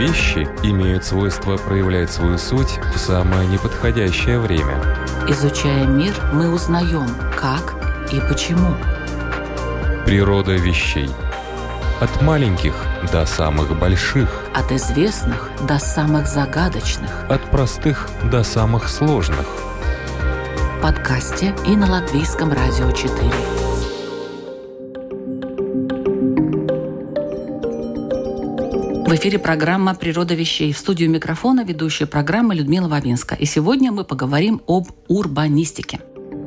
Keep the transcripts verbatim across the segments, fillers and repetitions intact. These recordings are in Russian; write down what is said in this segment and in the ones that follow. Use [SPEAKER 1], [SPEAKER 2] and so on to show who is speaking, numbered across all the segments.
[SPEAKER 1] вещи имеют свойство проявлять свою суть в самое неподходящее время.
[SPEAKER 2] Изучая мир, мы узнаем, как и почему.
[SPEAKER 1] Природа вещей. От маленьких до самых больших.
[SPEAKER 2] От известных до самых загадочных.
[SPEAKER 1] От простых до самых сложных.
[SPEAKER 2] В подкасте и на Латвийском радио четыре. В эфире программа «Природа вещей». В студию микрофона ведущая программы Людмила Вавинска. И сегодня мы поговорим об урбанистике.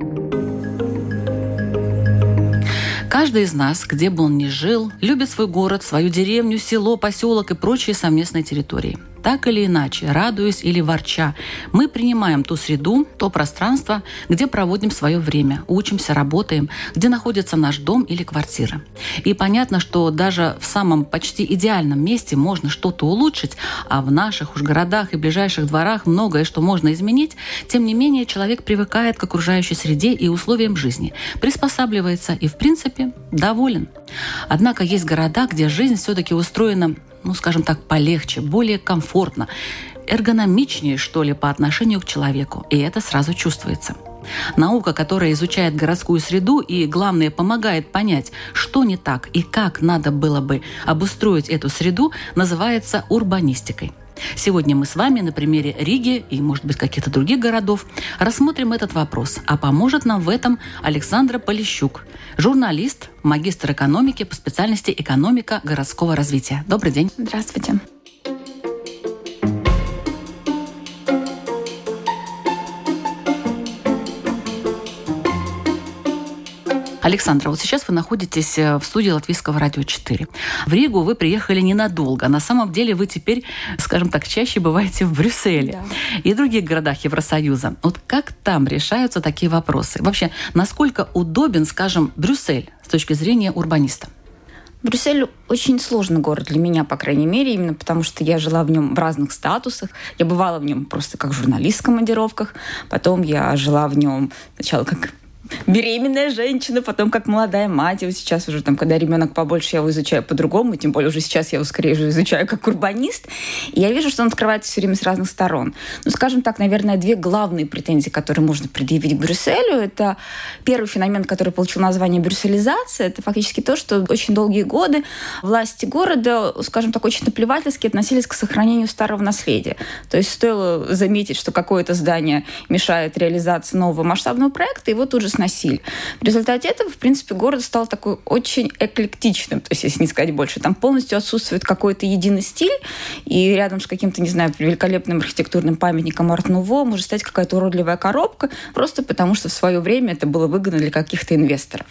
[SPEAKER 2] Каждый из нас, где бы он ни жил, любит свой город, свою деревню, село, поселок и прочие совместные территории. Так или иначе, радуясь или ворча, мы принимаем ту среду, то пространство, где проводим свое время, учимся, работаем, где находится наш дом или квартира. И понятно, что даже в самом почти идеальном месте можно что-то улучшить, а в наших уж городах и ближайших дворах многое, что можно изменить, тем не менее человек привыкает к окружающей среде и условиям жизни, приспосабливается и, в принципе, доволен. Однако есть города, где жизнь все-таки устроена, ну, скажем так, полегче, более комфортно, эргономичнее, что ли, по отношению к человеку. И это сразу чувствуется. Наука, которая изучает городскую среду и, главное, помогает понять, что не так и как надо было бы обустроить эту среду, называется урбанистикой. Сегодня мы с вами на примере Риги и, может быть, каких-то других городов рассмотрим этот вопрос. А поможет нам в этом Александра Полищук, журналист, магистр экономики по специальности экономика городского развития. Добрый день.
[SPEAKER 3] Здравствуйте.
[SPEAKER 2] Александра, вот сейчас вы находитесь в студии Латвийского радио четыре. В Ригу вы приехали ненадолго. На самом деле вы теперь, скажем так, чаще бываете в Брюсселе, да, и других городах Евросоюза. Вот как там решаются такие вопросы? Вообще, насколько удобен, скажем, Брюссель с точки зрения урбаниста?
[SPEAKER 3] Брюссель очень сложный город для меня, по крайней мере, именно потому что я жила в нем в разных статусах. Я бывала в нем просто как журналист в командировках, потом я жила в нем сначала как беременная женщина, потом как молодая мать. И вот сейчас уже, там, когда ребенок побольше, я его изучаю по-другому, тем более уже сейчас я его скорее же изучаю как урбанист. И я вижу, что он открывается все время с разных сторон. Ну, скажем так, наверное, две главные претензии, которые можно предъявить к Брюсселю. Это первый феномен, который получил название брюсселизация. Это фактически то, что очень долгие годы власти города, скажем так, очень наплевательски относились к сохранению старого наследия. То есть стоило заметить, что какое-то здание мешает реализации нового масштабного проекта, его тут же сносили. В результате этого, в принципе, город стал такой очень эклектичным, то есть, если не сказать больше. Там полностью отсутствует какой-то единый стиль, и рядом с каким-то, не знаю, великолепным архитектурным памятником Арт-Нуво может стать какая-то уродливая коробка, просто потому что в свое время это было выгодно для каких-то инвесторов.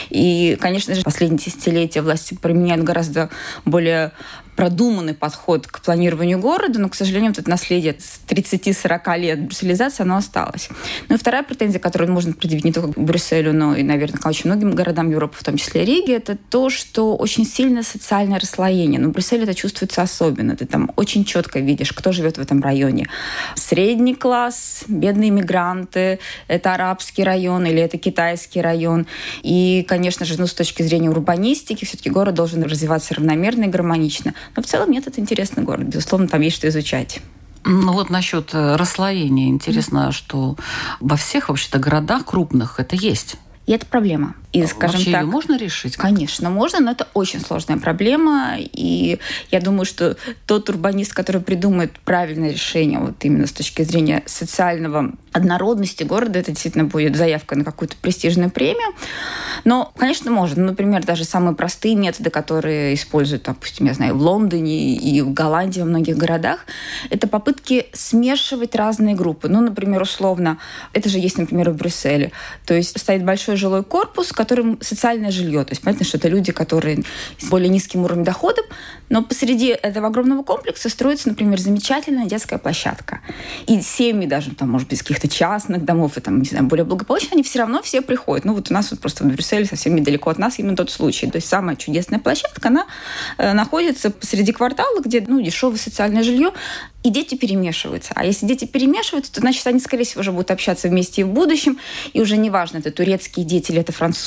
[SPEAKER 3] И, конечно же, последние десятилетия власти применяют гораздо более продуманный подход к планированию города, но, к сожалению, вот это наследие с тридцати-сорока лет брюсселизации, оно осталось. Ну и вторая претензия, которую можно предъявить не только к Брюсселю, но и, наверное, к очень многим городам Европы, в том числе Риге, это то, что очень сильное социальное расслоение. Но в Брюсселе это чувствуется особенно. Ты там очень четко видишь, кто живет в этом районе. Средний класс, бедные мигранты, это арабский район или это китайский район. И, конечно же, ну, с точки зрения урбанистики, все-таки город должен развиваться равномерно и гармонично. Но в целом нет, это интересный город. Безусловно, там есть что изучать.
[SPEAKER 2] Ну вот насчет расслоения. Интересно, mm-hmm. что во всех вообще-то городах крупных это есть.
[SPEAKER 3] И это проблема. И, скажем
[SPEAKER 2] Вообще
[SPEAKER 3] так,
[SPEAKER 2] ее можно решить?
[SPEAKER 3] Конечно, можно, но это очень сложная проблема. И я думаю, что тот урбанист, который придумает правильное решение, вот именно с точки зрения социального однородности города, это действительно будет заявка на какую-то престижную премию. Но, конечно, можно. Например, даже самые простые методы, которые используют, допустим, я знаю, в Лондоне и в Голландии, во многих городах, это попытки смешивать разные группы. Ну, например, условно, это же есть, например, в Брюсселе. То есть стоит большой жилой корпус, которым социальное жилье. То есть понятно, что это люди, которые с более низким уровнем доходов, но посреди этого огромного комплекса строится, например, замечательная детская площадка. И семьи даже, там, может быть, из каких-то частных домов, и там, не знаю, более благополучные, они все равно все приходят. Ну вот у нас вот просто в Брюсселе совсем недалеко от нас именно тот случай. То есть самая чудесная площадка, она э, находится посреди квартала, где, ну, дешевое социальное жилье, и дети перемешиваются. А если дети перемешиваются, то, значит, они, скорее всего, уже будут общаться вместе и в будущем. И уже неважно, это турецкие дети или это французские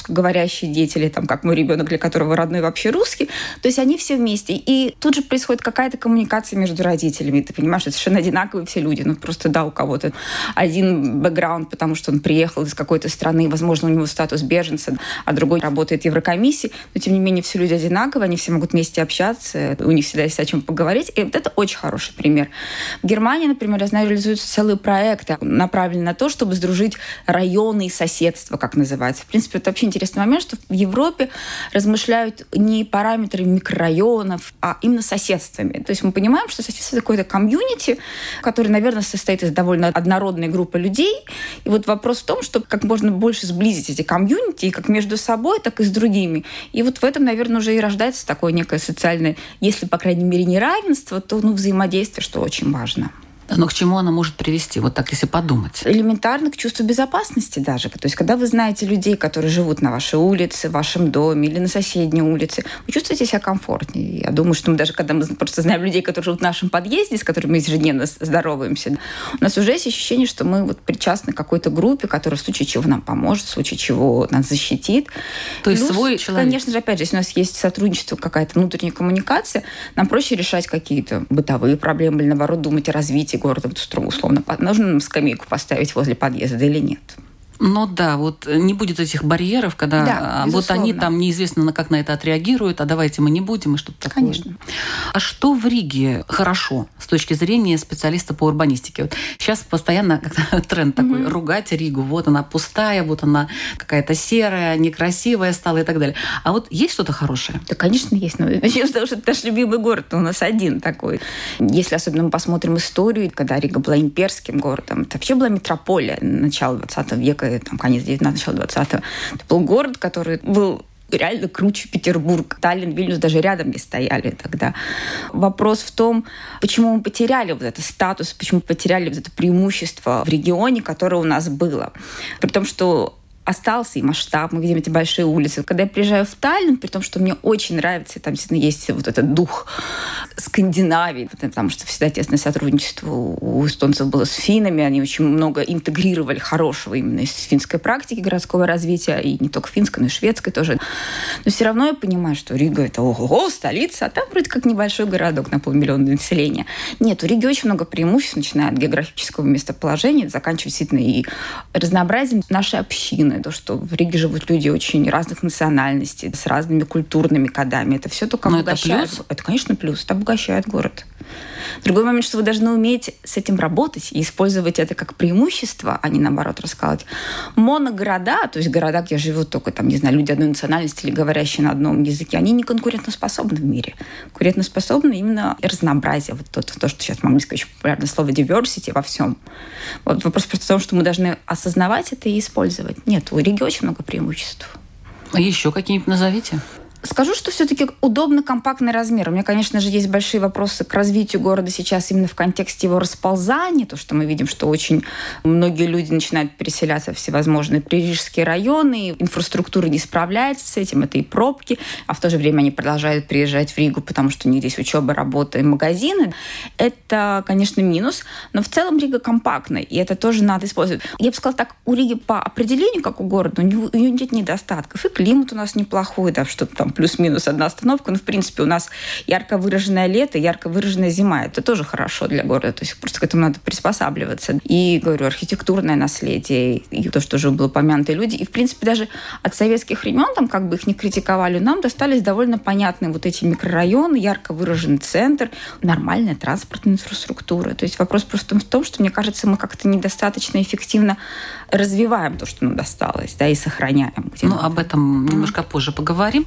[SPEAKER 3] русскоговорящие дети, или там, как мой ребенок, для которого родной вообще русский. То есть они все вместе. И тут же происходит какая-то коммуникация между родителями. Ты понимаешь, это совершенно одинаковые все люди. Ну, просто, да, у кого-то один бэкграунд, потому что он приехал из какой-то страны, возможно, у него статус беженца, а другой работает в Еврокомиссии. Но, тем не менее, все люди одинаковые, они все могут вместе общаться, у них всегда есть о чем поговорить. И вот это очень хороший пример. В Германии, например, я знаю, реализуются целые проекты, направленные на то, чтобы сдружить районы и соседство, как называется. В принципе, это вообще интересный момент, что в Европе размышляют не параметрами микрорайонов, а именно соседствами. То есть мы понимаем, что соседство — это какое-то комьюнити, которое, наверное, состоит из довольно однородной группы людей. И вот вопрос в том, чтобы как можно больше сблизить эти комьюнити, и как между собой, так и с другими. И вот в этом, наверное, уже и рождается такое некое социальное, если, по крайней мере, неравенство, то ну, взаимодействие, что очень важно.
[SPEAKER 2] Но к чему она может привести, вот так, если подумать?
[SPEAKER 3] Элементарно к чувству безопасности даже. То есть, когда вы знаете людей, которые живут на вашей улице, в вашем доме или на соседней улице, вы чувствуете себя комфортнее. Я думаю, что мы даже, когда мы просто знаем людей, которые живут в нашем подъезде, с которыми мы ежедневно здороваемся, у нас уже есть ощущение, что мы вот причастны к какой-то группе, которая в случае чего нам поможет, в случае чего нас защитит.
[SPEAKER 2] То есть
[SPEAKER 3] Плюс,
[SPEAKER 2] свой человек.
[SPEAKER 3] Конечно же, опять же, если у нас есть сотрудничество, какая-то внутренняя коммуникация, нам проще решать какие-то бытовые проблемы или, наоборот, думать о развитии города, условно, нужно скамейку поставить возле подъезда или нет.
[SPEAKER 2] Ну да, вот не будет этих барьеров, когда
[SPEAKER 3] да,
[SPEAKER 2] вот они там неизвестно, как на это отреагируют, а давайте мы не будем, и что-то такое.
[SPEAKER 3] Конечно.
[SPEAKER 2] А что в Риге хорошо с точки зрения специалиста по урбанистике? Вот сейчас постоянно тренд такой, mm-hmm. ругать Ригу. Вот она пустая, вот она какая-то серая, некрасивая стала и так далее. А вот есть что-то хорошее?
[SPEAKER 3] Да, конечно, есть. Но начнем с того, что это наш любимый город, у нас один такой. Если особенно мы посмотрим историю, когда Рига была имперским городом, это вообще была метрополия начала двадцатого века, там, конец девятнадцатого, начало двадцатого. Это был город, который был реально круче Петербург. Таллин, Вильнюс даже рядом не стояли тогда. Вопрос в том, почему мы потеряли вот этот статус, почему мы потеряли вот это преимущество в регионе, которое у нас было. При том, что остался и масштаб, мы видим эти большие улицы. Когда я приезжаю в Таллин, при том, что мне очень нравится, там действительно есть вот этот дух Скандинавии, потому что всегда тесное сотрудничество у эстонцев было с финнами, они очень много интегрировали хорошего именно из финской практики городского развития, и не только финской, но и шведской тоже. Но все равно я понимаю, что Рига — это ого-го, столица, а там вроде как небольшой городок на полмиллиона населения. Нет, у Риги очень много преимуществ, начиная от географического местоположения, заканчивая действительно и разнообразием нашей общины, то, что в Риге живут люди очень разных национальностей, с разными культурными кодами. Это все только
[SPEAKER 2] Но
[SPEAKER 3] обогащает.
[SPEAKER 2] Это, плюс?
[SPEAKER 3] это, конечно, плюс. Это обогащает город. Другой момент, что вы должны уметь с этим работать и использовать это как преимущество, а не, наоборот, рассказывать. Моногорода, то есть города, где живут только, там, не знаю, люди одной национальности или говорящие на одном языке, они не конкурентоспособны в мире. Конкурентоспособны именно разнообразие. Вот то, то, что сейчас в английском очень популярное слово diversity во всем. Вот вопрос просто в том, что мы должны осознавать это и использовать. Нет, у Риги очень много преимуществ.
[SPEAKER 2] А еще какие-нибудь назовите?
[SPEAKER 3] Скажу, что все-таки удобно компактный размер. У меня, конечно же, есть большие вопросы к развитию города сейчас именно в контексте его расползания. То, что мы видим, что очень многие люди начинают переселяться в всевозможные пририжские районы, и инфраструктура не справляется с этим, это и пробки, а в то же время они продолжают приезжать в Ригу, потому что у них здесь учеба, работа и магазины. Это, конечно, минус, но в целом Рига компактная, и это тоже надо использовать. Я бы сказала так, у Риги по определению, как у города, у нее нет недостатков. И климат у нас неплохой, да, что-то там плюс-минус одна остановка, но, в принципе, у нас ярко выраженное лето, ярко выраженная зима. Это тоже хорошо для города, то есть просто к этому надо приспосабливаться. И, говорю, архитектурное наследие, и то, что уже было упомянутые люди. И, в принципе, даже от советских времен, там, как бы их ни критиковали, нам достались довольно понятные вот эти микрорайоны, ярко выраженный центр, нормальная транспортная инфраструктура. То есть вопрос просто в том, что, мне кажется, мы как-то недостаточно эффективно развиваем то, что нам досталось, да, и сохраняем.
[SPEAKER 2] Ну, об этом mm-hmm. немножко позже поговорим.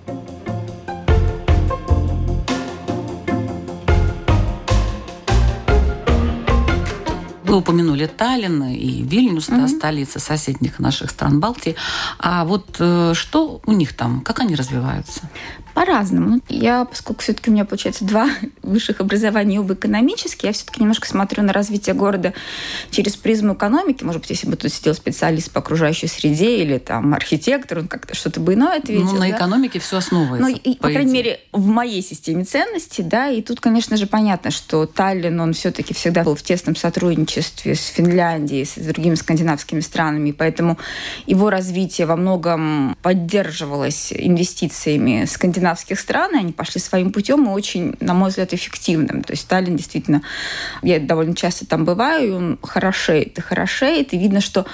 [SPEAKER 2] Вы упомянули Таллин и Вильнюс, mm-hmm. да, столицы соседних наших стран Балтии. А вот э, что у них там? Как они развиваются?
[SPEAKER 3] По-разному. Я, поскольку все-таки у меня, получается, два высших образований об экономических. Я все-таки немножко смотрю на развитие города через призму экономики. Может быть, если бы тут сидел специалист по окружающей среде или там архитектор, он как-то что-то бы иное ответил.
[SPEAKER 2] Ну, на да? экономике все основывается.
[SPEAKER 3] Ну, и, по, по крайней мере, в моей системе ценностей, да, и тут, конечно же, понятно, что Таллин, он все-таки всегда был в тесном сотрудничестве с Финляндией, с другими скандинавскими странами, поэтому его развитие во многом поддерживалось инвестициями скандинавских стран, и они пошли своим путем и очень, на мой взгляд, эффективным. То есть Таллин действительно, я довольно часто там бываю, и он хорошеет и хорошеет, и видно, что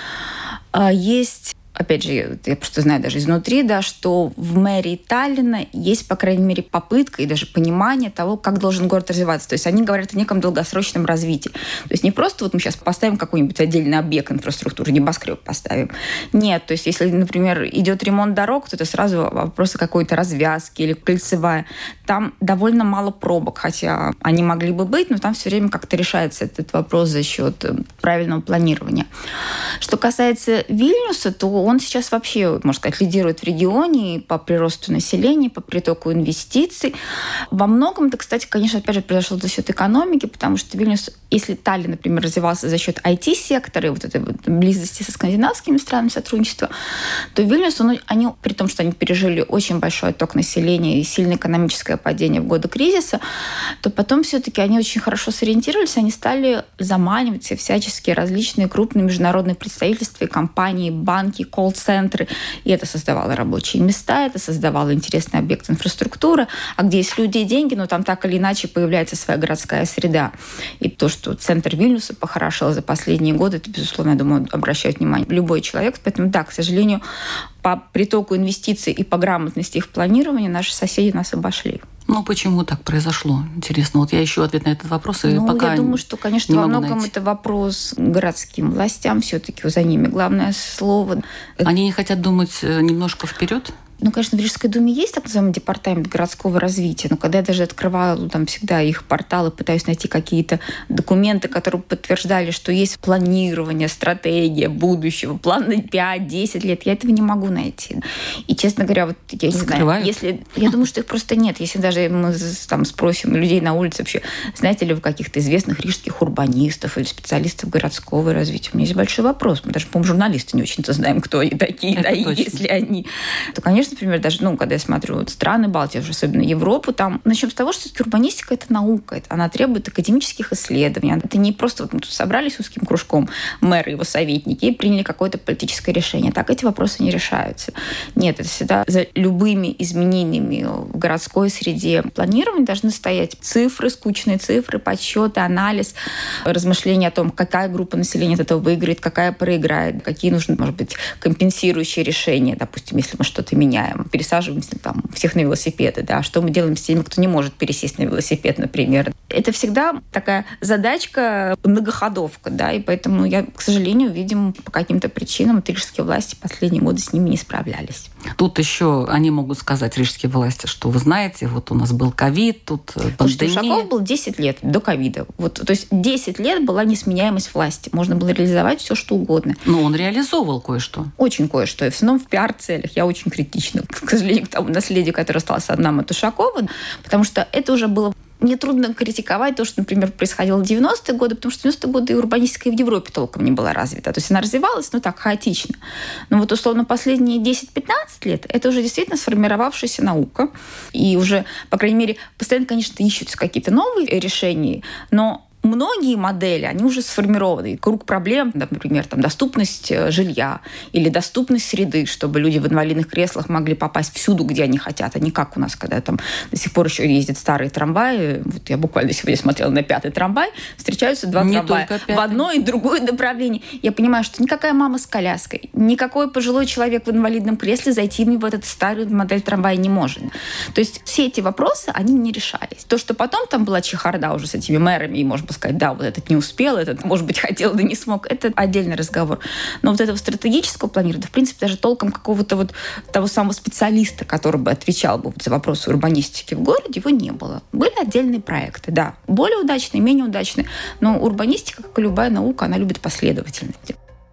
[SPEAKER 3] э, есть... Опять же, я просто знаю даже изнутри, да, что в мэрии Таллина есть, по крайней мере, попытка и даже понимание того, как должен город развиваться. То есть они говорят о неком долгосрочном развитии. То есть не просто вот мы сейчас поставим какой-нибудь отдельный объект инфраструктуры, небоскреб поставим. Нет, то есть если, например, идет ремонт дорог, то это сразу вопросы какой-то развязки или кольцевая. Там довольно мало пробок, хотя они могли бы быть, но там все время как-то решается этот вопрос за счет правильного планирования. Что касается Вильнюса, то он сейчас вообще, можно сказать, лидирует в регионе по приросту населения, по притоку инвестиций. Во многом это, кстати, конечно, опять же, произошло за счет экономики, потому что Вильнюс, если Таллин, например, развивался за счет ай ти-сектора и вот этой вот близости со скандинавскими странами сотрудничества, то Вильнюс, он, они, при том, что они пережили очень большой отток населения и сильное экономическое падение в годы кризиса, то потом все-таки они очень хорошо сориентировались, они стали заманивать все всяческие различные крупные международные представительства и компании, банки, колл-центры, и это создавало рабочие места, это создавало интересный объект инфраструктуры, а где есть люди и деньги, но там так или иначе появляется своя городская среда. И то, что центр Вильнюса похорошел за последние годы, это, безусловно, я думаю, обращает внимание любой человек. Поэтому, да, к сожалению, по притоку инвестиций и по грамотности их планирования наши соседи нас обошли.
[SPEAKER 2] Ну, почему так произошло? Интересно. Вот я ищу ответ на этот вопрос, и
[SPEAKER 3] ну,
[SPEAKER 2] пока
[SPEAKER 3] я думаю, что, конечно, во многом найти. Это вопрос городским властям. Все-таки за ними главное слово.
[SPEAKER 2] Они не хотят думать немножко вперед?
[SPEAKER 3] Ну, конечно, в Рижской думе есть так называемый департамент городского развития, но когда я даже открываю там всегда их порталы, пытаюсь найти какие-то документы, которые подтверждали, что есть планирование, стратегия будущего, план на пять-десять лет, я этого не могу найти. И, честно говоря, вот я не знаю, если, я думаю, что их просто нет. Если даже мы там спросим людей на улице вообще, знаете ли вы каких-то известных рижских урбанистов или специалистов городского развития, у меня есть большой вопрос. Мы даже, по-моему, журналисты не очень-то знаем, кто они такие, да, и если они. То, конечно, например, даже, ну, когда я смотрю вот страны Балтии, уже особенно Европу, там, начнем с того, что урбанистика – это наука, это, она требует академических исследований. Это не просто вот мы тут собрались узким кружком, мэр и его советники, и приняли какое-то политическое решение. Так эти вопросы не решаются. Нет, это всегда за любыми изменениями в городской среде планирования должны стоять цифры, скучные цифры, подсчеты, анализ, размышления о том, какая группа населения от этого выиграет, какая проиграет, какие нужны, может быть, компенсирующие решения, допустим, если мы что-то меняем, пересаживаемся там всех на велосипеды, да, что мы делаем с теми, кто не может пересесть на велосипед, например. Это всегда такая задачка, многоходовка, да, и поэтому я, к сожалению, видим, по каким-то причинам рижские власти последние годы с ними не справлялись.
[SPEAKER 2] Тут еще они могут сказать, рижские власти, что вы знаете, вот у нас был ковид, тут пандемия.
[SPEAKER 3] Ушаков был десять лет до ковида. Вот, то есть десять лет была несменяемость власти. Можно было реализовать все, что угодно.
[SPEAKER 2] Но он реализовывал кое-что.
[SPEAKER 3] Очень кое-что. И в основном в пиар-целях. Я очень критична, к сожалению, к тому наследию, которое осталось от Адама Ушакова, потому что это уже было... Мне трудно критиковать то, что, например, происходило в девяностые годы, потому что в девяностые годы и урбанистика и в Европе толком не была развита. То есть она развивалась, но так, хаотично. Но вот, условно, последние десять-пятнадцать лет это уже действительно сформировавшаяся наука. И уже, по крайней мере, постоянно, конечно, ищутся какие-то новые решения, но многие модели, они уже сформированы. Круг проблем, например, там, доступность жилья или доступность среды, чтобы люди в инвалидных креслах могли попасть всюду, где они хотят, а не как у нас, когда там до сих пор еще ездят старые трамваи. Вот я буквально сегодня смотрела на пятый трамвай, встречаются два не трамвая в одно и другое направление. Я понимаю, что никакая мама с коляской, никакой пожилой человек в инвалидном кресле зайти в эту старую модель трамвая не может. То есть все эти вопросы, они не решались. То, что потом там была чехарда уже с этими мэрами, и, может сказать, да, вот этот не успел, этот, может быть, хотел, да не смог. Это отдельный разговор. Но вот этого стратегического планирования, в принципе, даже толком какого-то вот того самого специалиста, который бы отвечал бы вот за вопросы урбанистики в городе, его не было. Были отдельные проекты, да. Более удачные, менее удачные. Но урбанистика, как и любая наука, она любит последовательность.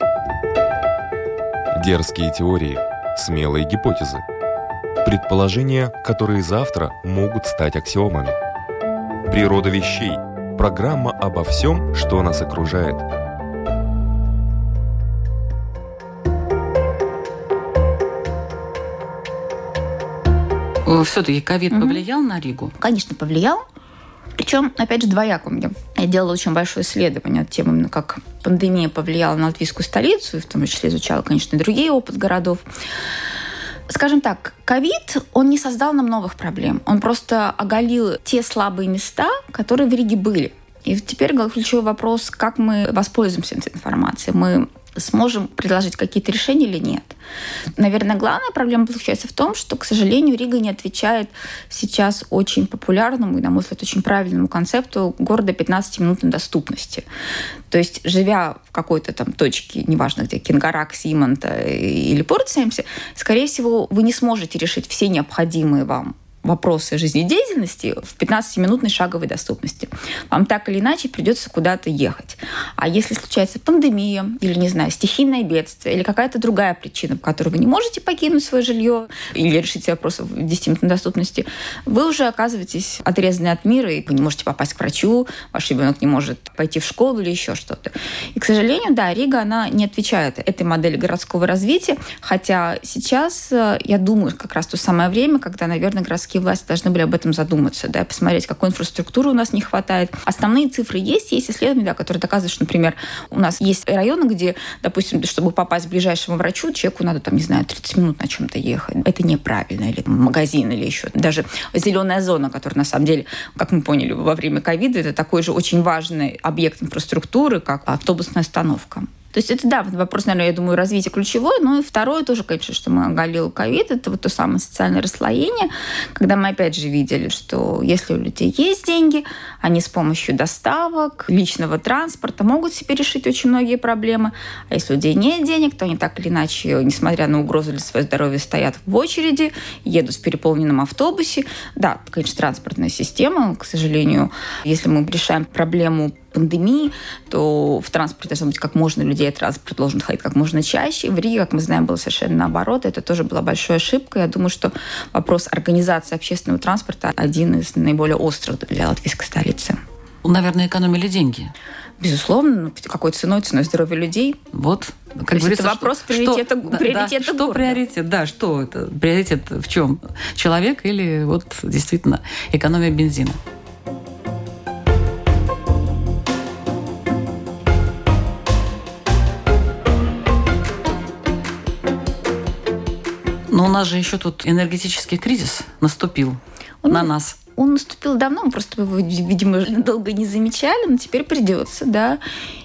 [SPEAKER 1] Дерзкие теории, смелые гипотезы. Предположения, которые завтра могут стать аксиомами.
[SPEAKER 4] Природа вещей. Программа обо всем, что нас окружает.
[SPEAKER 2] Все-таки ковид угу. повлиял на Ригу?
[SPEAKER 3] Конечно, повлиял. Причем, опять же, двояко мне. Я делала очень большое исследование от темы, именно как пандемия повлияла на латвийскую столицу, и в том числе изучала, конечно, и другие опыт городов. Скажем так, ковид, он не создал нам новых проблем. Он просто оголил те слабые места, которые в Риге были. И теперь ключевой вопрос, как мы воспользуемся этой информацией. Мы сможем предложить какие-то решения или нет. Наверное, главная проблема заключается в том, что, к сожалению, Рига не отвечает сейчас очень популярному и, на мой взгляд, очень правильному концепту города пятнадцатиминутной доступности. То есть, живя в какой-то там точке, неважно где, Кингарак, Симонта или Портсеймсе, скорее всего, вы не сможете решить все необходимые вам вопросы жизнедеятельности в пятнадцатиминутной шаговой доступности. Вам так или иначе придется куда-то ехать. А если случается пандемия или, не знаю, стихийное бедствие или какая-то другая причина, по которой вы не можете покинуть свое жилье или решить все вопросы в десятиминутной доступности, вы уже оказываетесь отрезаны от мира, и вы не можете попасть к врачу, ваш ребенок не может пойти в школу или еще что-то. И, к сожалению, да, Рига, она не отвечает этой модели городского развития, хотя сейчас, я думаю, как раз то самое время, когда, наверное, городские власти должны были об этом задуматься, да, посмотреть, какой инфраструктуры у нас не хватает. Основные цифры есть, есть исследования, да, которые доказывают, что, например, у нас есть районы, где, допустим, чтобы попасть к ближайшему врачу, человеку надо, там, не знаю, тридцать минут на чем-то ехать. Это неправильно. Или там, магазин, или еще даже зеленая зона, которая, на самом деле, как мы поняли, во время ковида, это такой же очень важный объект инфраструктуры, как автобусная остановка. То есть это, да, вопрос, наверное, я думаю, развитие ключевое. Ну и второе тоже, конечно, что мы оголил ковид, это вот то самое социальное расслоение, когда мы опять же видели, что если у людей есть деньги, они с помощью доставок, личного транспорта могут себе решить очень многие проблемы. А если у людей нет денег, то они так или иначе, несмотря на угрозу для своего здоровья, стоят в очереди, едут в переполненном автобусе. Да, конечно, транспортная система, к сожалению, если мы решаем проблему пандемии, то в транспорте должно быть как можно людей, транспорт должен ходить как можно чаще. В Риге, как мы знаем, было совершенно наоборот. Это тоже была большая ошибка. Я думаю, что вопрос организации общественного транспорта один из наиболее острых для латвийской столицы.
[SPEAKER 2] Наверное, экономили деньги.
[SPEAKER 3] Безусловно, какой ценой, ценой здоровья людей.
[SPEAKER 2] Вот. Как говорится,
[SPEAKER 3] это вопрос что, приоритета,
[SPEAKER 2] что,
[SPEAKER 3] приоритета
[SPEAKER 2] да, что приоритет? Да, что это? Приоритет в чем? Человек или вот действительно экономия бензина? Но у нас же еще тут энергетический кризис наступил он, на нас.
[SPEAKER 3] Он наступил давно, мы просто его, видимо, долго не замечали, но теперь придется, да.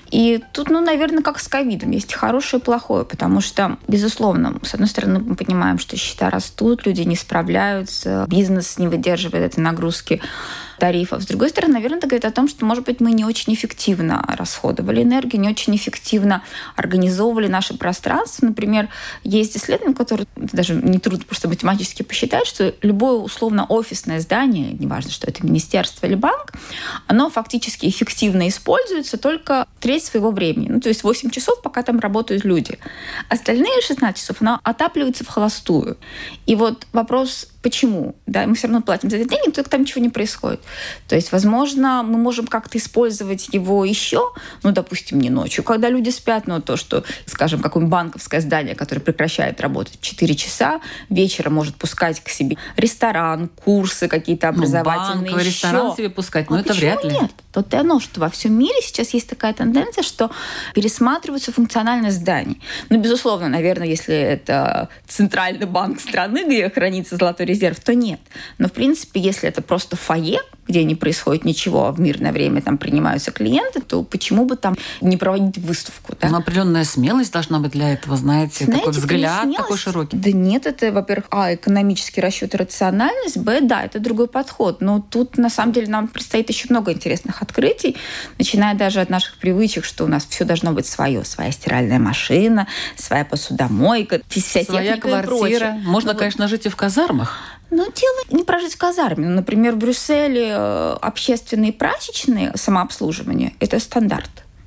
[SPEAKER 3] И тут, ну, наверное, как с ковидом, есть хорошее и плохое, потому что, безусловно, с одной стороны, мы понимаем, что счета растут, люди не справляются, бизнес не выдерживает этой нагрузки тарифов. С другой стороны, наверное, это говорит о том, что, может быть, мы не очень эффективно расходовали энергию, не очень эффективно организовывали наше пространство. Например, есть исследования, которые даже нетрудно просто математически посчитать, что любое условно офисное здание, неважно, что это министерство или банк, оно фактически эффективно используется только треть своего времени. Ну, то есть восемь часов, пока там работают люди. Остальные шестнадцать часов оно отапливается в холостую. И вот вопрос, почему? Да, мы все равно платим за эти деньги, только там ничего не происходит. То есть, возможно, мы можем как-то использовать его еще, ну, допустим, не ночью, когда люди спят, но то, что, скажем, какое-нибудь банковское здание, которое прекращает работать в четыре часа, вечером может пускать к себе ресторан, курсы какие-то образовательные.
[SPEAKER 2] Ну, банк, ресторан себе пускать, но а это вряд ли.
[SPEAKER 3] Нет? Вот и оно, что во всем мире сейчас есть такая тенденция, что пересматриваются функциональность зданий. Ну, безусловно, наверное, если это центральный банк страны, где хранится золотой резерв, то нет. Но, в принципе, если это просто фойе, где не происходит ничего, а в мирное время там принимаются клиенты, то почему бы там не проводить выставку? Да?
[SPEAKER 2] Но определенная смелость должна быть для этого, знаете, знаете такой взгляд смелость, такой широкий.
[SPEAKER 3] Да нет, это, во-первых, а, экономический расчет и рациональность, б, да, это другой подход. Но тут, на самом деле, нам предстоит еще много интересных открытий, начиная даже от наших привычек, что у нас все должно быть свое. Своя стиральная машина, своя посудомойка, вся
[SPEAKER 2] своя
[SPEAKER 3] техника
[SPEAKER 2] квартира.
[SPEAKER 3] И прочее.
[SPEAKER 2] Можно,
[SPEAKER 3] ну,
[SPEAKER 2] конечно, жить и в казармах.
[SPEAKER 3] Но дело не прожить в казарме. Например, в Брюсселе общественные прачечные самообслуживание – это стандарт.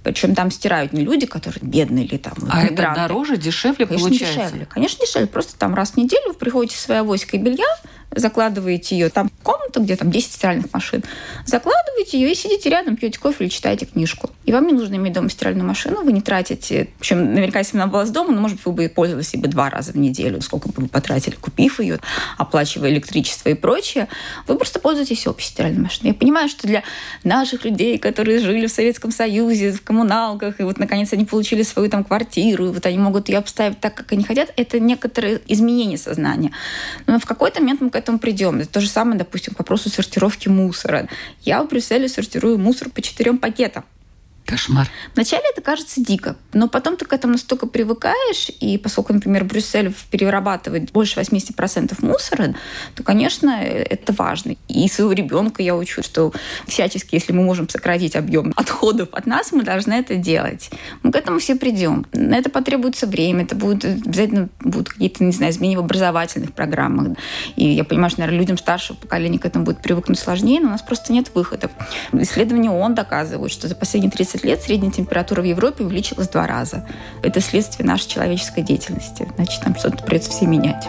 [SPEAKER 3] Причем там стирают не люди, которые бедные или там
[SPEAKER 2] А
[SPEAKER 3] мигранты.
[SPEAKER 2] это дороже, дешевле
[SPEAKER 3] Конечно,
[SPEAKER 2] получается?
[SPEAKER 3] дешевле. Конечно, дешевле. Просто там раз в неделю вы приходите со своей авоськой белья, закладываете ее там в комнату, где там десять стиральных машин, закладываете ее и сидите рядом, пьете кофе или читаете книжку. И вам не нужно иметь дома стиральную машину, вы не тратите... Причем наверняка, если бы она была с дома, ну, может быть, вы бы пользовались бы два раза в неделю, сколько бы вы потратили, купив ее, оплачивая электричество и прочее. Вы просто пользуетесь общей стиральной машиной. Я понимаю, что для наших людей, которые жили в Советском Союзе, в коммуналках, и вот, наконец, они получили свою там квартиру, и вот они могут ее обставить так, как они хотят, это некоторые изменения сознания. Но в какой-то момент мы к этому придем. Это то же самое, допустим, к вопросу сортировки мусора. Я в Брюсселе сортирую мусор по четырем пакетам.
[SPEAKER 2] Кошмар.
[SPEAKER 3] Вначале это кажется дико, но потом ты к этому настолько привыкаешь, и поскольку, например, Брюссель перерабатывает больше восемьдесят процентов мусора, то, конечно, это важно. И своего ребенка я учу, что всячески, если мы можем сократить объем отходов от нас, мы должны это делать. Мы к этому все придем. На это потребуется время, это будет, обязательно будут какие-то, не знаю, изменения в образовательных программах. И я понимаю, что, наверное, людям старшего поколения к этому будет привыкнуть сложнее, но у нас просто нет выходов. Исследования ООН доказывают, что за последние тридцать лет средняя температура в Европе увеличилась в два раза. Это следствие нашей человеческой деятельности. Значит, там что-то придется все менять.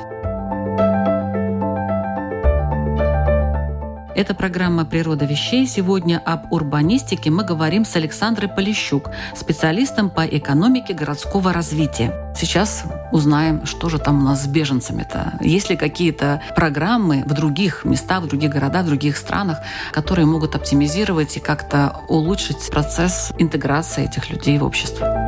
[SPEAKER 2] Это программа «Природа вещей». Сегодня об урбанистике мы говорим с Александрой Полищук, специалистом по экономике городского развития. Сейчас узнаем, что же там у нас с беженцами-то. Есть ли какие-то программы в других местах, в других городах, в других странах, которые могут оптимизировать и как-то улучшить процесс интеграции этих людей в общество?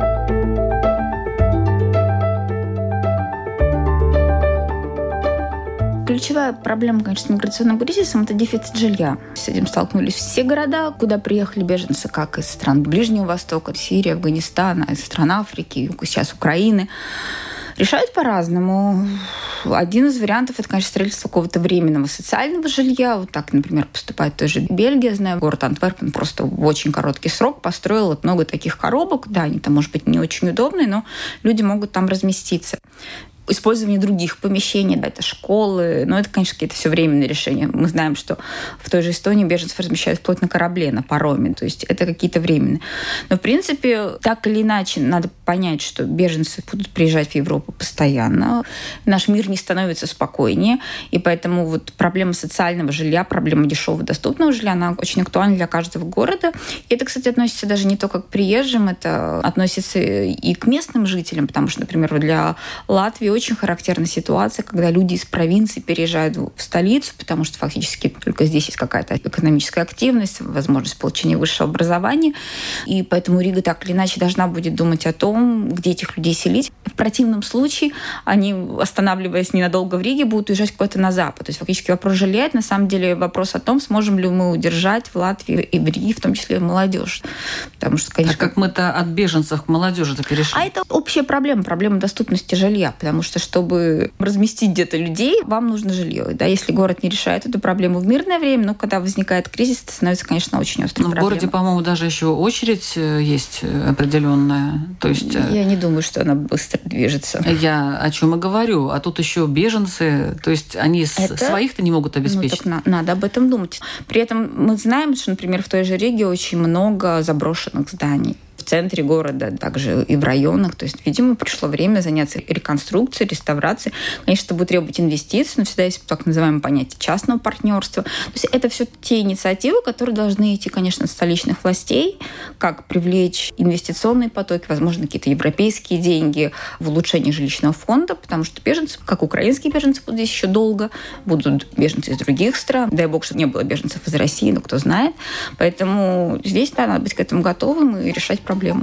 [SPEAKER 3] Ключевая проблема, конечно, с миграционным кризисом – это дефицит жилья. С этим столкнулись все города, куда приехали беженцы, как из стран Ближнего Востока, Сирии, Афганистана, из стран Африки, сейчас Украины. Решают по-разному. Один из вариантов – это, конечно, строительство какого-то временного социального жилья. Вот так, например, поступает той же Бельгия. Знаю, город Антверпен просто в очень короткий срок построил вот много таких коробок. Да, они там, может быть, не очень удобные, но люди могут там разместиться. Использование других помещений, да, это школы, но это, конечно, какие-то все временные решения. Мы знаем, что в той же Эстонии беженцев размещают вплоть на корабле, на пароме, то есть это какие-то временные. Но, в принципе, так или иначе, надо понять, что беженцы будут приезжать в Европу постоянно. Наш мир не становится спокойнее, и поэтому вот проблема социального жилья, проблема дешевого доступного жилья, она очень актуальна для каждого города. И это, кстати, относится даже не только к приезжим, это относится и к местным жителям, потому что, например, для Латвии очень характерна ситуация, когда люди из провинции переезжают в столицу, потому что фактически только здесь есть какая-то экономическая активность, возможность получения высшего образования. И поэтому Рига так или иначе должна будет думать о том, где этих людей селить. В противном случае они, останавливаясь ненадолго в Риге, будут уезжать куда-то на запад. То есть фактически вопрос жилья – это на самом деле вопрос о том, сможем ли мы удержать в Латвии и в Риге, в том числе молодежь. Потому что, конечно...
[SPEAKER 2] А как мы-то от беженцев к молодежи-то перешли?
[SPEAKER 3] А это общая проблема, проблема доступности жилья, потому что, чтобы разместить где-то людей, вам нужно жилье. Да? Если город не решает эту проблему в мирное время, но когда возникает кризис, это становится, конечно, очень острой
[SPEAKER 2] но
[SPEAKER 3] проблемой.
[SPEAKER 2] В городе, по-моему, даже еще очередь есть определенная. То есть...
[SPEAKER 3] Я не думаю, что она быстро движется.
[SPEAKER 2] Я о чем и говорю. А тут еще беженцы, то есть они это... своих-то не могут обеспечить.
[SPEAKER 3] Ну, так на- надо об этом думать. При этом мы знаем, что, например, в той же Риге очень много заброшенных зданий. В центре города, также и в районах. То есть, видимо, пришло время заняться реконструкцией, реставрацией. Конечно, это будет требовать инвестиций, но всегда есть так называемое понятие частного партнерства. То есть это все те инициативы, которые должны идти, конечно, от столичных властей, как привлечь инвестиционные потоки, возможно, какие-то европейские деньги в улучшение жилищного фонда, потому что беженцы, как украинские беженцы, будут здесь еще долго, будут беженцы из других стран. Дай бог, чтобы не было беженцев из России, но кто знает. Поэтому здесь да, надо быть к этому готовым и решать проблему. Проблему.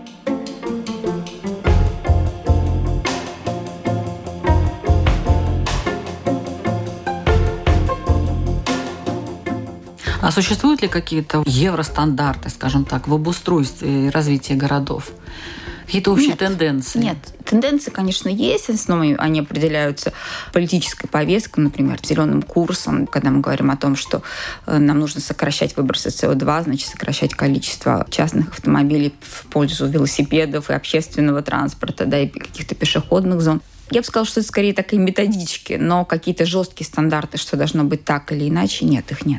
[SPEAKER 2] А существуют ли какие-то евростандарты, скажем так, в обустройстве и развитии городов? Какие-то общие
[SPEAKER 3] нет,
[SPEAKER 2] тенденции?
[SPEAKER 3] Нет. Тенденции, конечно, есть. В основном они определяются политической повесткой, например, зеленым курсом. Когда мы говорим о том, что нам нужно сокращать выбросы эс о два, значит, сокращать количество частных автомобилей в пользу велосипедов и общественного транспорта, да, и каких-то пешеходных зон. Я бы сказала, что это скорее такие методички, но какие-то жесткие стандарты, что должно быть так или иначе, нет, их нет.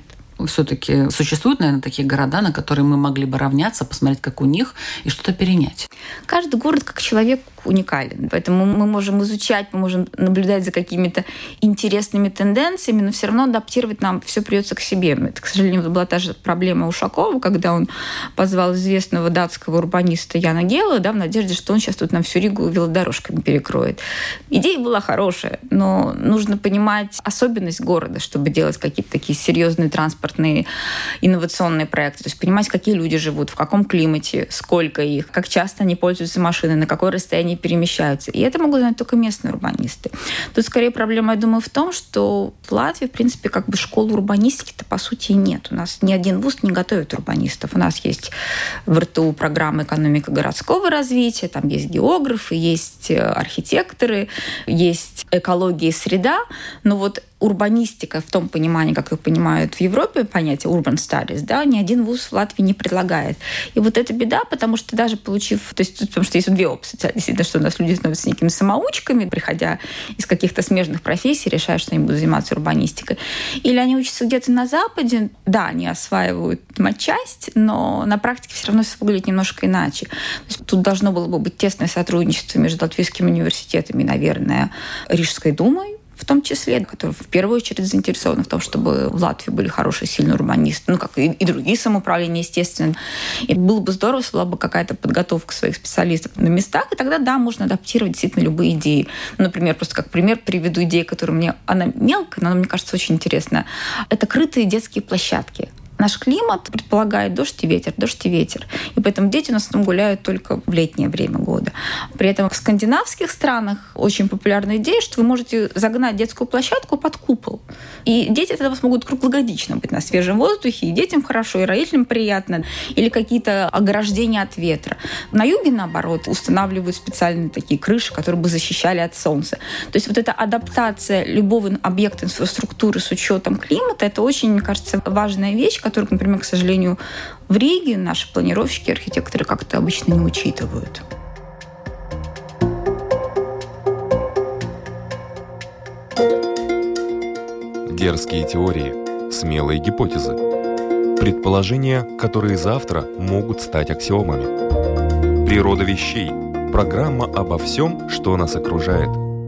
[SPEAKER 2] все-таки существуют, наверное, такие города, на которые мы могли бы равняться, посмотреть, как у них, и что-то перенять?
[SPEAKER 3] Каждый город как человек уникален. Поэтому мы можем изучать, мы можем наблюдать за какими-то интересными тенденциями, но все равно адаптировать нам все придется к себе. Это, к сожалению, была та же проблема Ушакова, когда он позвал известного датского урбаниста Яна Гела, да, в надежде, что он сейчас тут нам всю Ригу велодорожками перекроет. Идея была хорошая, но нужно понимать особенность города, чтобы делать какие-то такие серьезные транспортные инновационные проекты. То есть понимать, какие люди живут, в каком климате, сколько их, как часто они пользуются машиной, на какое расстояние перемещаются. И это могут знать только местные урбанисты. Тут скорее проблема, я думаю, в том, что в Латвии, в принципе, как бы школы урбанистики-то по сути и нет. У нас ни один вуз не готовит урбанистов. У нас есть в эр тэ у программа «Экономика городского развития», там есть географы, есть архитекторы, есть экология и среда, но вот урбанистика в том понимании, как ее понимают в Европе, понятие urban studies, да, ни один вуз в Латвии не предлагает. И вот это беда, потому что даже получив... То есть, потому что есть две опции. Действительно, что у нас люди становятся некими самоучками, приходя из каких-то смежных профессий, решая, что они будут заниматься урбанистикой. Или они учатся где-то на Западе, да, они осваивают матчасть, но на практике все равно все выглядит немножко иначе. То есть, тут должно было бы быть тесное сотрудничество между латвийскими университетами и, наверное, Рижской думой, в том числе, который в первую очередь заинтересован в том, чтобы в Латвии были хорошие, сильные урбанисты, ну, как и, и другие самоуправления, естественно. И было бы здорово, если была бы какая-то подготовка своих специалистов на местах, и тогда, да, можно адаптировать действительно любые идеи. Например, просто как пример приведу идею, которая мне... Она мелкая, но она, мне кажется, очень интересная. Это крытые детские площадки. Наш климат предполагает дождь и ветер, дождь и ветер. И поэтому дети у нас там гуляют только в летнее время года. При этом в скандинавских странах очень популярная идея, что вы можете загнать детскую площадку под купол. И дети тогда смогут круглогодично быть на свежем воздухе, и детям хорошо, и родителям приятно. Или какие-то ограждения от ветра. На юге, наоборот, устанавливают специальные такие крыши, которые бы защищали от солнца. То есть вот эта адаптация любого объекта инфраструктуры с учетом климата, это очень, мне кажется, важная вещь, которых, например, к сожалению, в Риге наши планировщики, архитекторы как-то обычно не учитывают.
[SPEAKER 4] Дерзкие теории, смелые гипотезы, предположения, которые завтра могут стать аксиомами. Природа вещей. Программа обо всем, что нас окружает.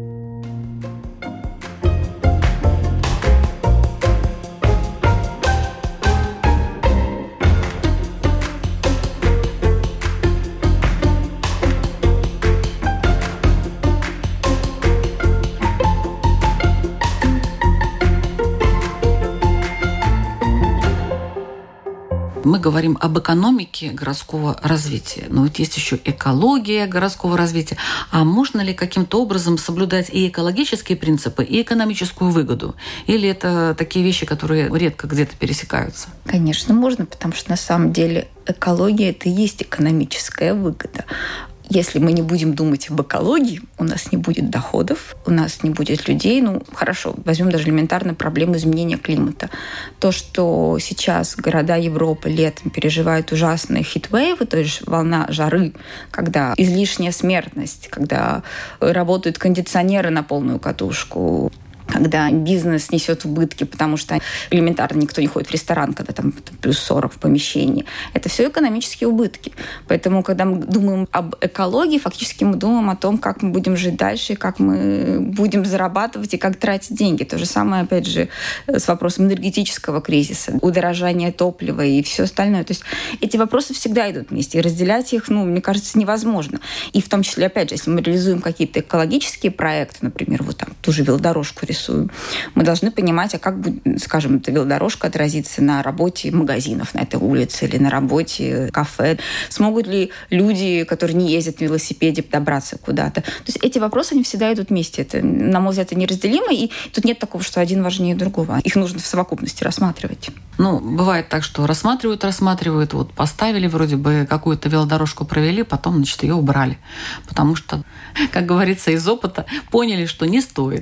[SPEAKER 2] Мы говорим об экономике городского развития, но ведь есть еще экология городского развития. А можно ли каким-то образом соблюдать и экологические принципы, и экономическую выгоду? Или это такие вещи, которые редко где-то пересекаются?
[SPEAKER 3] Конечно, можно, потому что на самом деле экология – это и есть экономическая выгода. Если мы не будем думать об экологии, у нас не будет доходов, у нас не будет людей. Ну, хорошо, возьмем даже элементарную проблему изменения климата. То, что сейчас города Европы летом переживают ужасные хитвейвы, то есть волна жары, когда излишняя смертность, когда работают кондиционеры на полную катушку, когда бизнес несет убытки, потому что элементарно никто не ходит в ресторан, когда там плюс сорок в помещении. Это все экономические убытки. Поэтому, когда мы думаем об экологии, фактически мы думаем о том, как мы будем жить дальше, как мы будем зарабатывать и как тратить деньги. То же самое, опять же, с вопросом энергетического кризиса, удорожания топлива и все остальное. То есть эти вопросы всегда идут вместе. И разделять их, ну, мне кажется, невозможно. И в том числе, опять же, если мы реализуем какие-то экологические проекты, например, вот там ту же велодорожку рисуем, мы должны понимать, а как, скажем, эта велодорожка отразится на работе магазинов на этой улице или на работе кафе. Смогут ли люди, которые не ездят на велосипеде, добраться куда-то? То есть эти вопросы, они всегда идут вместе. Это, на мой взгляд, это неразделимо, и тут нет такого, что один важнее другого. Их нужно в совокупности рассматривать.
[SPEAKER 2] Ну, бывает так, что рассматривают, рассматривают, вот поставили вроде бы какую-то велодорожку, провели, потом, значит, ее убрали. Потому что, как говорится, из опыта поняли, что не стоит.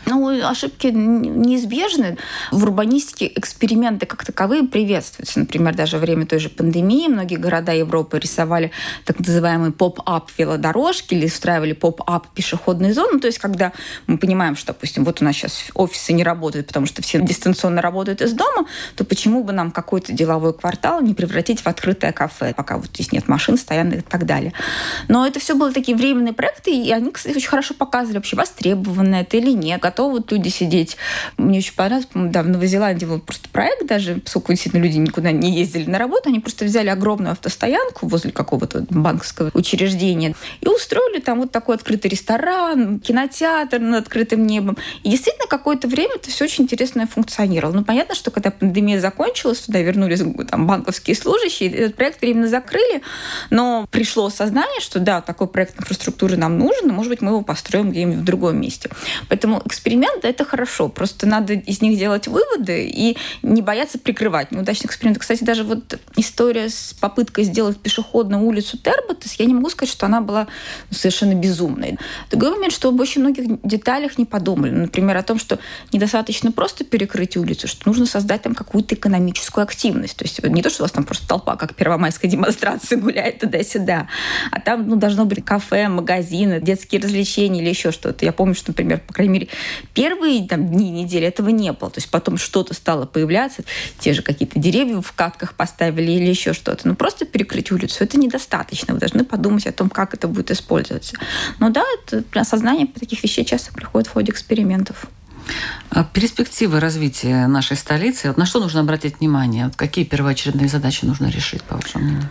[SPEAKER 3] Ну, ошибки неизбежны. В урбанистике эксперименты как таковые приветствуются. Например, даже во время той же пандемии многие города Европы рисовали так называемые поп-ап велодорожки или устраивали поп-ап пешеходные зоны. То есть, когда мы понимаем, что, допустим, вот у нас сейчас офисы не работают, потому что все дистанционно работают из дома, то почему бы нам какой-то деловой квартал не превратить в открытое кафе, пока вот здесь нет машин, стоянок и так далее. Но это все были такие временные проекты, и они, кстати, очень хорошо показывали, вообще востребовано это или нет. Готовы люди сидеть. Мне очень понравилось, по-моему, да, в Новой Зеландии был просто проект даже, поскольку действительно люди никуда не ездили на работу, они просто взяли огромную автостоянку возле какого-то банковского учреждения и устроили там вот такой открытый ресторан, кинотеатр над открытым небом. И действительно какое-то время это все очень интересно функционировало. Ну, понятно, что когда пандемия закончилась, туда вернулись там банковские служащие, этот проект временно закрыли, но пришло осознание, что да, такой проект инфраструктуры нам нужен, и, может быть, мы его построим где-нибудь в другом месте. Поэтому эксперименты — это хорошо. Просто надо из них делать выводы и не бояться прикрывать неудачные эксперименты. Кстати, даже вот история с попыткой сделать пешеходную улицу Терботес, я не могу сказать, что она была совершенно безумной. Другой момент, что об очень многих деталях не подумали. Например, о том, что недостаточно просто перекрыть улицу, что нужно создать там какую-то экономическую активность. То есть не то, что у вас там просто толпа, как первомайская демонстрация, гуляет туда-сюда, а там ну, должно быть кафе, магазины, детские развлечения или еще что-то. Я помню, что, например, по крайней мере, первые там, дни недели этого не было. То есть потом что-то стало появляться, те же какие-то деревья в катках поставили или еще что-то. Но просто перекрыть улицу — это недостаточно. Вы должны подумать о том, как это будет использоваться. Но да, это, осознание таких вещей часто приходит в ходе экспериментов.
[SPEAKER 2] Перспективы развития нашей столицы. На что нужно обратить внимание? Вот какие первоочередные задачи нужно решить, по вашему мнению?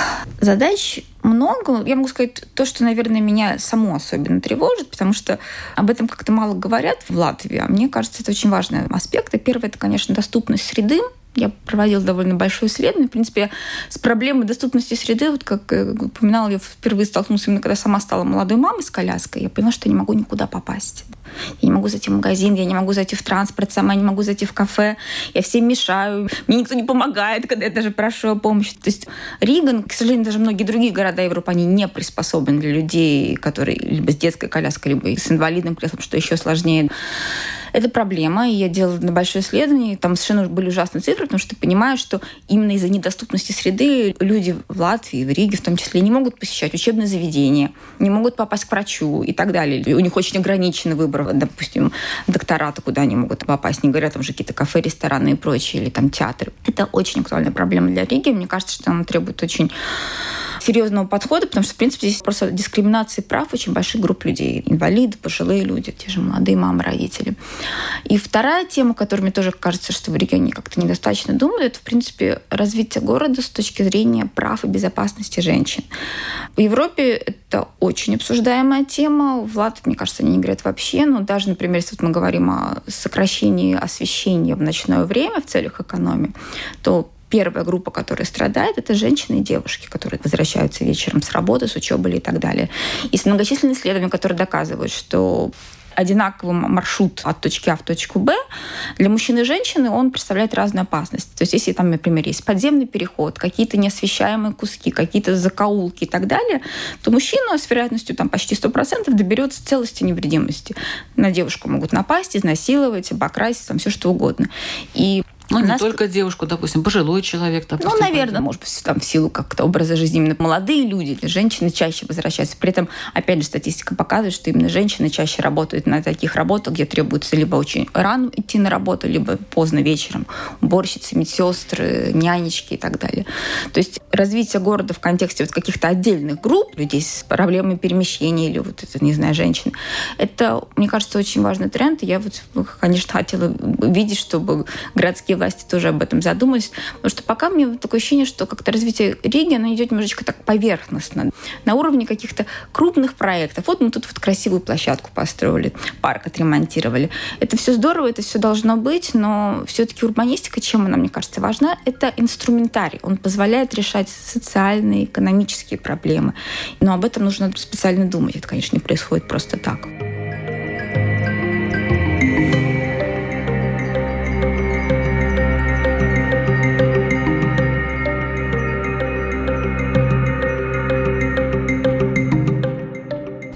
[SPEAKER 3] Задач много. Я могу сказать то, что, наверное, меня саму особенно тревожит, потому что об этом как-то мало говорят в Латвии, а мне кажется, это очень важный аспект. И первое — это, конечно, доступность среды. Я проводила довольно большое исследование. В принципе, с проблемой доступности среды, вот как упоминала, я впервые столкнулась именно когда сама стала молодой мамой с коляской. Я поняла, что я не могу никуда попасть. Я не могу зайти в магазин, я не могу зайти в транспорт сама, не могу зайти в кафе. Я всем мешаю. Мне никто не помогает, когда я даже прошу о помощи. То есть Рига, к сожалению, даже многие другие города Европы, они не приспособлены для людей, которые либо с детской коляской, либо с инвалидным креслом, что еще сложнее. Это проблема, и я делала на большое исследование, там совершенно были ужасные цифры, потому что понимаю, что именно из-за недоступности среды люди в Латвии, в Риге в том числе, не могут посещать учебные заведения, не могут попасть к врачу и так далее. И у них очень ограниченный выбор, допустим, доктората, куда они могут попасть, не говоря там же какие-то кафе, рестораны и прочее, или там театры. Это очень актуальная проблема для Риги. Мне кажется, что она требует очень серьезного подхода, потому что, в принципе, здесь просто дискриминация прав очень больших групп людей. Инвалиды, пожилые люди, те же молодые мамы, родители. И вторая тема, которая мне тоже кажется, что в регионе как-то недостаточно думают, это, в принципе, развитие города с точки зрения прав и безопасности женщин. В Европе это очень обсуждаемая тема. В Латвии, мне кажется, они не говорят вообще. Но даже, например, если вот мы говорим о сокращении освещения в ночное время в целях экономии, то первая группа, которая страдает, это женщины и девушки, которые возвращаются вечером с работы, с учебы и так далее. Есть многочисленные исследования, которые доказывают, что одинаковый маршрут от точки А в точку Б для мужчины и женщины он представляет разную опасность. То есть если там, например, есть подземный переход, какие-то неосвещаемые куски, какие-то закоулки и так далее, то мужчина с вероятностью там, почти сто процентов доберется целости и невредимости. На девушку могут напасть, изнасиловать, обокрасить, там все что угодно. И
[SPEAKER 2] Ну, не
[SPEAKER 3] нас...
[SPEAKER 2] только девушку, допустим, пожилой человек. Допустим,
[SPEAKER 3] ну, наверное, может быть, там, в силу как-то образа жизни именно молодые люди, женщины чаще возвращаются. При этом, опять же, статистика показывает, что именно женщины чаще работают на таких работах, где требуется либо очень рано идти на работу, либо поздно вечером. Уборщицы, медсестры, нянечки и так далее. То есть развитие города в контексте вот каких-то отдельных групп людей с проблемами перемещения или вот это, не знаю, женщин, это, мне кажется, очень важный тренд. И я вот, конечно, хотела видеть, чтобы городские власти тоже об этом задумались. Потому что пока мне такое ощущение, что как-то развитие Риги, оно идет немножечко так поверхностно, на уровне каких-то крупных проектов. Вот мы тут вот красивую площадку построили, парк отремонтировали. Это все здорово, это все должно быть, но все-таки урбанистика, чем она, мне кажется, важна, это инструментарий. Он позволяет решать социальные, экономические проблемы. Но об этом нужно специально думать. Это, конечно, не происходит просто так.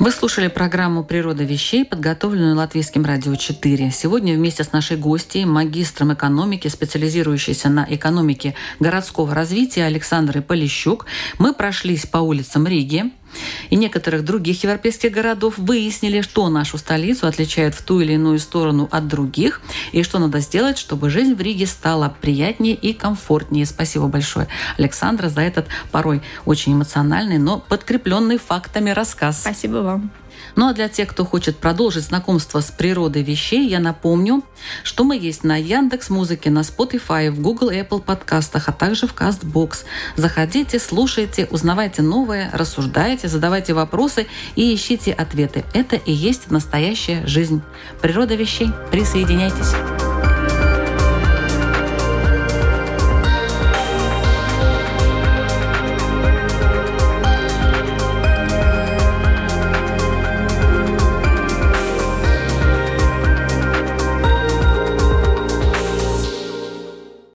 [SPEAKER 2] Вы слушали программу «Природа вещей», подготовленную Латвийским радио четыре. Сегодня вместе с нашей гостьей, магистром экономики, специализирующейся на экономике городского развития Александрой Полищук, мы прошлись по улицам Риги и некоторых других европейских городов, выяснили, что нашу столицу отличает в ту или иную сторону от других, и что надо сделать, чтобы жизнь в Риге стала приятнее и комфортнее. Спасибо большое, Александра, за этот порой очень эмоциональный, но подкрепленный фактами рассказ.
[SPEAKER 3] Спасибо вам.
[SPEAKER 2] Ну а для тех, кто хочет продолжить знакомство с природой вещей, я напомню, что мы есть на Яндекс.Музыке, на Spotify, в Google и Apple подкастах, а также в Castbox. Заходите, слушайте, узнавайте новое, рассуждайте, задавайте вопросы и ищите ответы. Это и есть настоящая жизнь. Природа вещей. Присоединяйтесь.